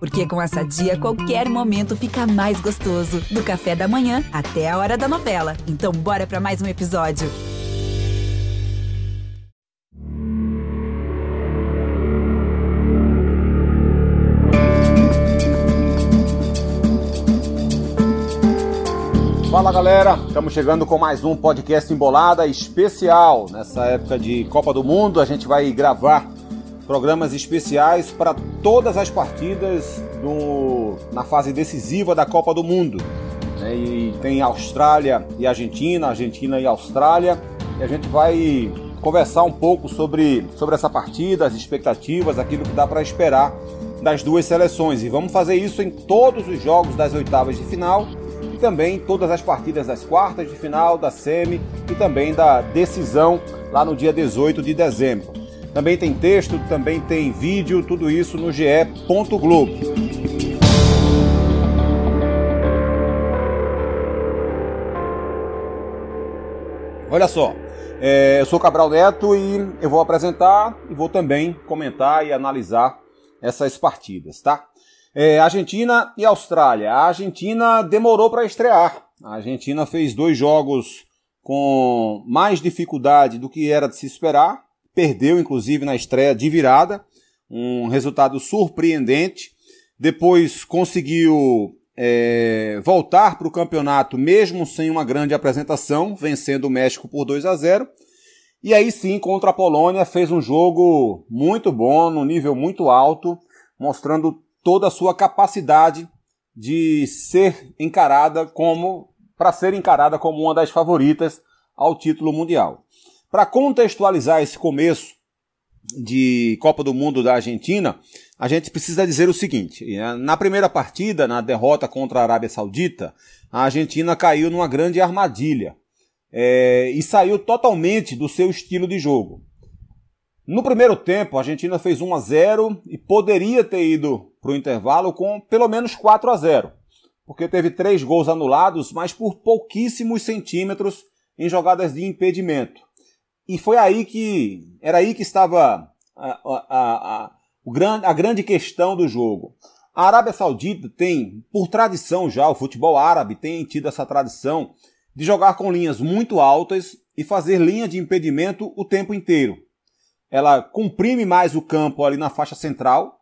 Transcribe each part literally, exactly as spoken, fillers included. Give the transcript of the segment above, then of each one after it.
Porque com a Sadia, qualquer momento fica mais gostoso. Do café da manhã até a hora da novela. Então bora pra mais um episódio. Fala galera, estamos chegando com mais um podcast Embolada especial. Nessa época de Copa do Mundo, a gente vai gravar programas especiais para todas as partidas do, na fase decisiva da Copa do Mundo. E tem Austrália e Argentina, Argentina e Austrália. E a gente vai conversar um pouco sobre, sobre essa partida, as expectativas, aquilo que dá para esperar das duas seleções. E vamos fazer isso em todos os jogos das oitavas de final e também todas as partidas das quartas de final, da semi e também da decisão lá no dia dezoito de dezembro. Também tem texto, também tem vídeo, tudo isso no ge e ponto globo. Olha só, é, eu sou Cabral Neto e eu vou apresentar e vou também comentar e analisar essas partidas, tá? É, Argentina e Austrália. A Argentina demorou para estrear. A Argentina fez dois jogos com mais dificuldade do que era de se esperar. Perdeu, inclusive, na estreia de virada, um resultado surpreendente. Depois conseguiu é, voltar para o campeonato, mesmo sem uma grande apresentação, vencendo o México por dois a zero. E aí sim, contra a Polônia, fez um jogo muito bom, num nível muito alto, mostrando toda a sua capacidade de ser encarada como, para ser encarada como uma das favoritas ao título mundial. Para contextualizar esse começo de Copa do Mundo da Argentina, a gente precisa dizer o seguinte: na primeira partida, na derrota contra a Arábia Saudita, a Argentina caiu numa grande armadilha é, e saiu totalmente do seu estilo de jogo. No primeiro tempo, a Argentina fez um a zero e poderia ter ido para o intervalo com pelo menos quatro a zero, porque teve três gols anulados, mas por pouquíssimos centímetros em jogadas de impedimento. E foi aí que, era aí que estava a, a, a, a, a grande questão do jogo. A Arábia Saudita tem, por tradição já, o futebol árabe tem tido essa tradição de jogar com linhas muito altas e fazer linha de impedimento o tempo inteiro. Ela comprime mais o campo ali na faixa central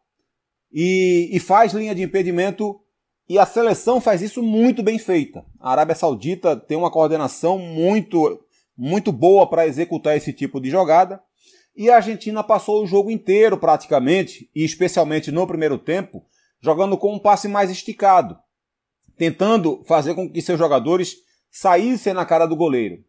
e, e faz linha de impedimento, e a seleção faz isso muito bem feita. A Arábia Saudita tem uma coordenação muito... muito boa para executar esse tipo de jogada, e a Argentina passou o jogo inteiro praticamente, e especialmente no primeiro tempo, jogando com um passe mais esticado, tentando fazer com que seus jogadores saíssem na cara do goleiro.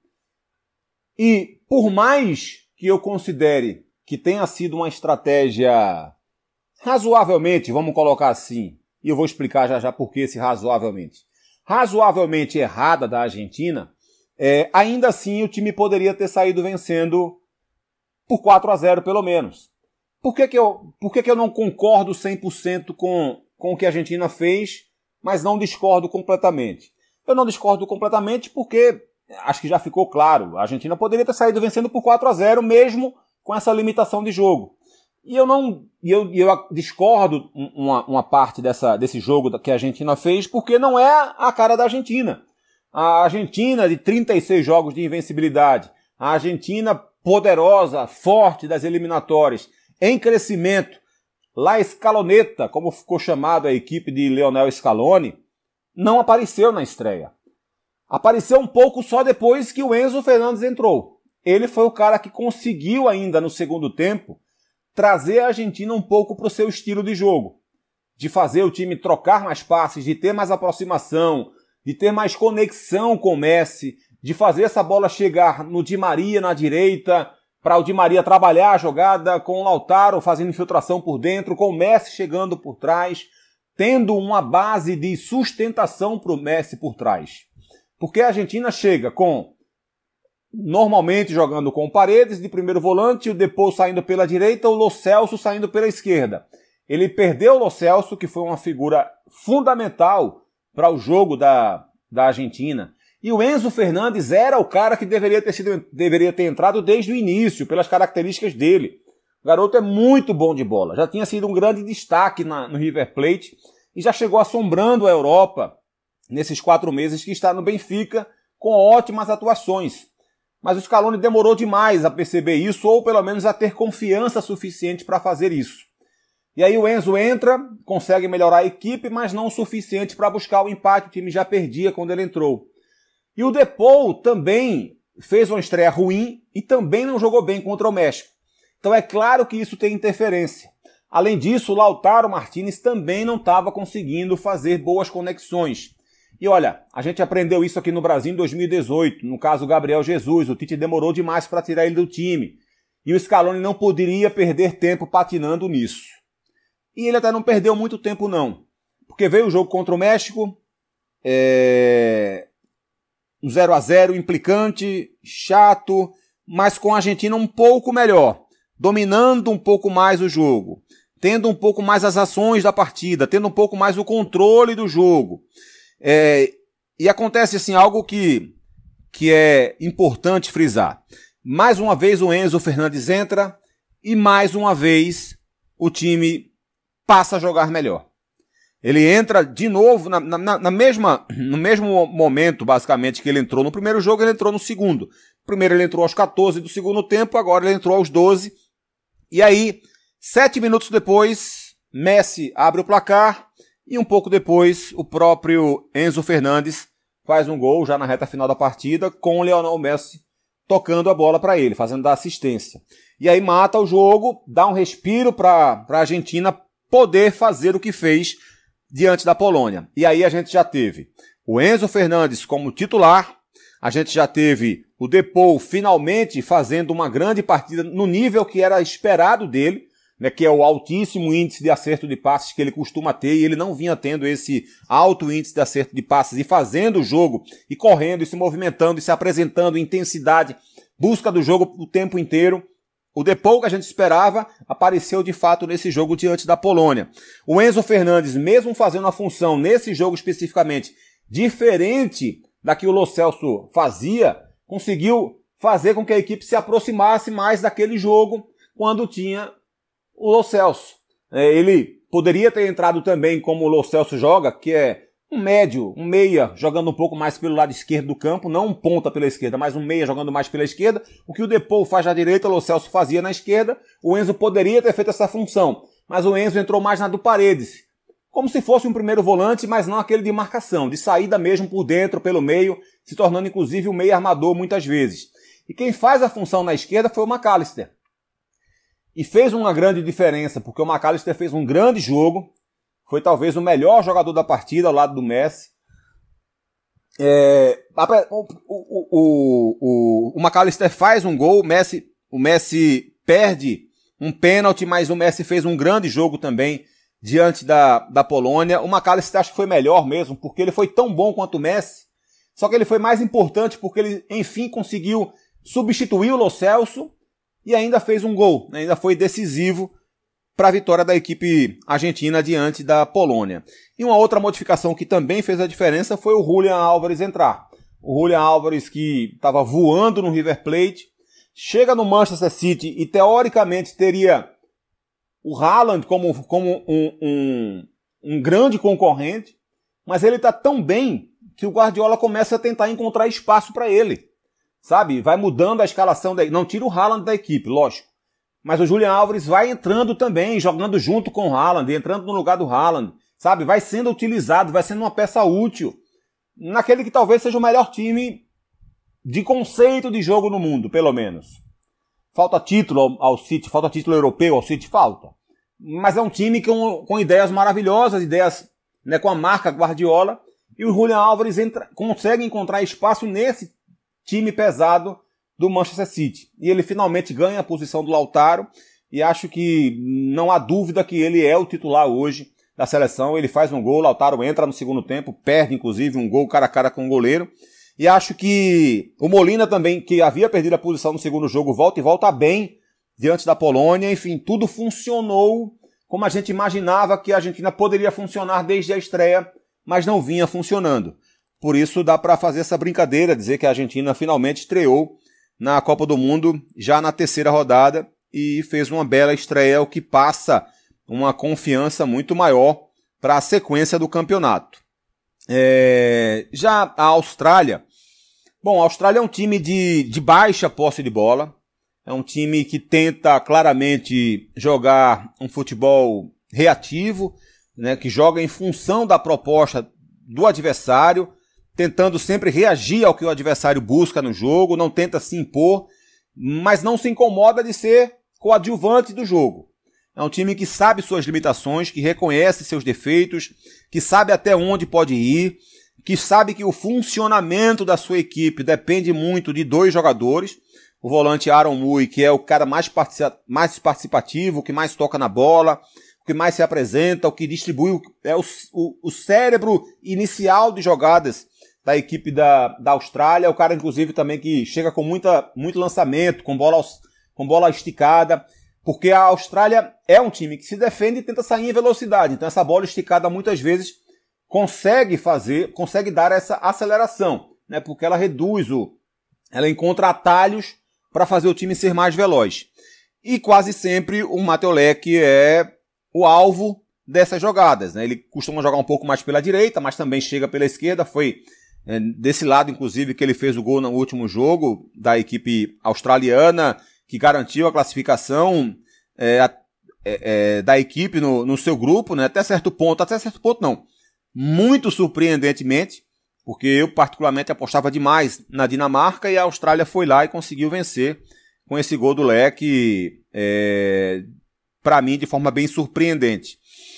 E por mais que eu considere que tenha sido uma estratégia razoavelmente, vamos colocar assim, e eu vou explicar já já por que esse razoavelmente, razoavelmente errada da Argentina, É, ainda assim o time poderia ter saído vencendo por quatro a zero pelo menos. Por que que eu, por que que eu não concordo cem por cento com, com o que a Argentina fez, mas não discordo completamente? Eu não discordo completamente porque acho que já ficou claro, a Argentina poderia ter saído vencendo por quatro a zero mesmo com essa limitação de jogo. E eu não, eu, eu discordo uma, uma parte dessa, desse jogo que a Argentina fez porque não é a cara da Argentina. A Argentina de trinta e seis jogos de invencibilidade, a Argentina poderosa, forte das eliminatórias, em crescimento, La Escaloneta, como ficou chamado a equipe de Lionel Scaloni, não apareceu na estreia. Apareceu um pouco só depois que o Enzo Fernandes entrou. Ele foi o cara que conseguiu ainda no segundo tempo trazer a Argentina um pouco para o seu estilo de jogo, de fazer o time trocar mais passes, de ter mais aproximação, de ter mais conexão com o Messi, de fazer essa bola chegar no Di Maria na direita, para o Di Maria trabalhar a jogada com o Lautaro fazendo infiltração por dentro, com o Messi chegando por trás, tendo uma base de sustentação para o Messi por trás. Porque a Argentina chega com, normalmente jogando com Paredes de primeiro volante, o Depou saindo pela direita, o Lo Celso saindo pela esquerda. Ele perdeu o Lo Celso, que foi uma figura fundamental para o jogo da, da Argentina. E o Enzo Fernandes era o cara que deveria ter, sido, deveria ter entrado desde o início, pelas características dele. O garoto é muito bom de bola, já tinha sido um grande destaque na, no River Plate e já chegou assombrando a Europa nesses quatro meses que está no Benfica com ótimas atuações. Mas o Scaloni demorou demais a perceber isso ou pelo menos a ter confiança suficiente para fazer isso. E aí o Enzo entra, consegue melhorar a equipe, mas não o suficiente para buscar o empate, o time já perdia quando ele entrou. E o Depou também fez uma estreia ruim e também não jogou bem contra o México. Então é claro que isso tem interferência. Além disso, o Lautaro Martínez também não estava conseguindo fazer boas conexões. E olha, a gente aprendeu isso aqui no Brasil em dois mil e dezoito, no caso Gabriel Jesus, o Tite demorou demais para tirar ele do time. E o Scaloni não poderia perder tempo patinando nisso. E ele até não perdeu muito tempo não, porque veio o jogo contra o México, é... um zero a zero implicante, chato, mas com a Argentina um pouco melhor, dominando um pouco mais o jogo, tendo um pouco mais as ações da partida, tendo um pouco mais o controle do jogo. É... E acontece assim, algo que, que é importante frisar. Mais uma vez o Enzo Fernandes entra e mais uma vez o time passa a jogar melhor. Ele entra de novo na, na, na mesma, no mesmo momento, basicamente, que ele entrou no primeiro jogo, ele entrou no segundo. Primeiro ele entrou aos quatorze do segundo tempo, agora ele entrou aos doze. E aí, sete minutos depois, Messi abre o placar e um pouco depois o próprio Enzo Fernandes faz um gol já na reta final da partida com o Lionel Messi tocando a bola para ele, fazendo da assistência. E aí mata o jogo, dá um respiro para a Argentina poder fazer o que fez diante da Polônia. E aí a gente já teve o Enzo Fernandes como titular, a gente já teve o Depou finalmente fazendo uma grande partida no nível que era esperado dele, né, que é o altíssimo índice de acerto de passes que ele costuma ter, e ele não vinha tendo esse alto índice de acerto de passes e fazendo o jogo, e correndo, e se movimentando, e se apresentando em intensidade, busca do jogo o tempo inteiro. O Depou que a gente esperava apareceu de fato nesse jogo diante da Polônia. O Enzo Fernandes, mesmo fazendo a função nesse jogo especificamente diferente da que o Lo Celso fazia, conseguiu fazer com que a equipe se aproximasse mais daquele jogo quando tinha o Lo Celso. Ele poderia ter entrado também como o Lo Celso joga, que é um médio, um meia, jogando um pouco mais pelo lado esquerdo do campo, não um ponta pela esquerda, mas um meia jogando mais pela esquerda. O que o Depou faz na direita, o Lo Celso fazia na esquerda. O Enzo poderia ter feito essa função, mas o Enzo entrou mais na do Paredes, como se fosse um primeiro volante, mas não aquele de marcação, de saída mesmo por dentro, pelo meio, se tornando inclusive o meia armador muitas vezes. E quem faz a função na esquerda foi o McAllister. E fez uma grande diferença, porque o McAllister fez um grande jogo, foi talvez o melhor jogador da partida ao lado do Messi. É, o, o, o, o, o McAllister faz um gol, o Messi, o Messi perde um pênalti, mas o Messi fez um grande jogo também diante da, da Polônia. O McAllister acho que foi melhor mesmo, porque ele foi tão bom quanto o Messi, só que ele foi mais importante porque ele, enfim, conseguiu substituir o Lo Celso e ainda fez um gol, ainda foi decisivo para a vitória da equipe argentina diante da Polônia. E uma outra modificação que também fez a diferença foi o Julián Álvares entrar. O Julián Álvares, que estava voando no River Plate, chega no Manchester City e teoricamente teria o Haaland como, como um, um, um grande concorrente, mas ele está tão bem que o Guardiola começa a tentar encontrar espaço para ele. Sabe? Vai mudando a escalação, da... não tira o Haaland da equipe, lógico. Mas o Julián Álvares vai entrando também, jogando junto com o Haaland, entrando no lugar do Haaland, sabe? Vai sendo utilizado, vai sendo uma peça útil naquele que talvez seja o melhor time de conceito de jogo no mundo, pelo menos. Falta título ao, ao City, falta título europeu ao City, falta. Mas é um time com, com ideias maravilhosas, ideias, né, com a marca Guardiola, e o Julián Álvares entra, consegue encontrar espaço nesse time pesado do Manchester City. E ele finalmente ganha a posição do Lautaro, e acho que não há dúvida que ele é o titular hoje da seleção. Ele faz um gol, o Lautaro entra no segundo tempo, perde inclusive um gol cara a cara com o goleiro. E acho que o Molina também, que havia perdido a posição no segundo jogo, volta e volta bem diante da Polônia. Enfim, tudo funcionou como a gente imaginava que a Argentina poderia funcionar desde a estreia, mas não vinha funcionando. Por isso dá para fazer essa brincadeira, dizer que a Argentina finalmente estreou na Copa do Mundo já na terceira rodada e fez uma bela estreia, o que passa uma confiança muito maior para a sequência do campeonato. É, já a Austrália, bom, a Austrália é um time de, de baixa posse de bola, é um time que tenta claramente jogar um futebol reativo, né, que joga em função da proposta do adversário, tentando sempre reagir ao que o adversário busca no jogo, não tenta se impor, mas não se incomoda de ser coadjuvante do jogo. É um time que sabe suas limitações, que reconhece seus defeitos, que sabe até onde pode ir, que sabe que o funcionamento da sua equipe depende muito de dois jogadores. O volante Aaron Mui, que é o cara mais, participa- mais participativo, o que mais toca na bola, o que mais se apresenta, o que distribui, é o, o, o cérebro inicial de jogadas da equipe da, da Austrália. O cara, inclusive, também que chega com muita, muito lançamento, com bola, com bola esticada, porque a Austrália é um time que se defende e tenta sair em velocidade. Então essa bola esticada muitas vezes consegue fazer, consegue dar essa aceleração, né? Porque ela reduz o, ela encontra atalhos para fazer o time ser mais veloz. E quase sempre o Mateolek é o alvo dessas jogadas, né? Ele costuma jogar um pouco mais pela direita, mas também chega pela esquerda. Foi é, desse lado, inclusive, que ele fez o gol no último jogo da equipe australiana, que garantiu a classificação é, é, é, da equipe no, no seu grupo, né? Até certo ponto, até certo ponto não. Muito surpreendentemente, porque eu particularmente apostava demais na Dinamarca e a Austrália foi lá e conseguiu vencer com esse gol do Leque, é, para mim, de forma bem surpreendente.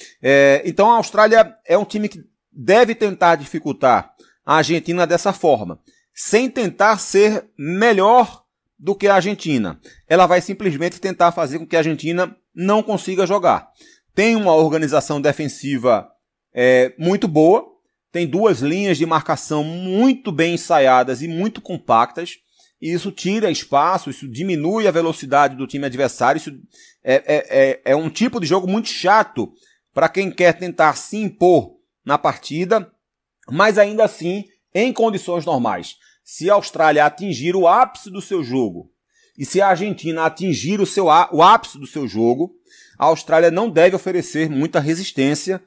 É, então a Austrália é um time que deve tentar dificultar a Argentina dessa forma, sem tentar ser melhor do que a Argentina. Ela vai simplesmente tentar fazer com que a Argentina não consiga jogar. Tem uma organização defensiva é, muito boa, tem duas linhas de marcação muito bem ensaiadas e muito compactas, e isso tira espaço, isso diminui a velocidade do time adversário. Isso é, é, é, é um tipo de jogo muito chato para quem quer tentar se impor na partida, mas ainda assim em condições normais. Se a Austrália atingir o ápice do seu jogo e se a Argentina atingir o, seu, o ápice do seu jogo, a Austrália não deve oferecer muita resistência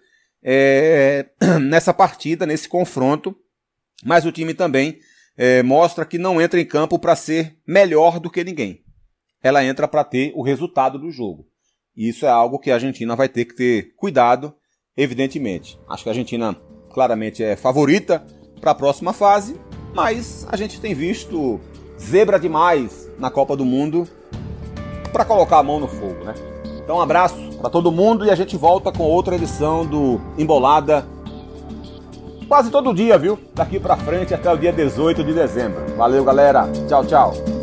é, nessa partida, nesse confronto, mas o time também é, mostra que não entra em campo para ser melhor do que ninguém. Ela entra para ter o resultado do jogo. E isso é algo que a Argentina vai ter que ter cuidado, evidentemente. Acho que a Argentina claramente é favorita para a próxima fase, mas a gente tem visto zebra demais na Copa do Mundo para colocar a mão no fogo, né? Então um abraço para todo mundo e a gente volta com outra edição do Embolada quase todo dia, viu? Daqui para frente até o dia dezoito de dezembro. Valeu, galera. Tchau, tchau.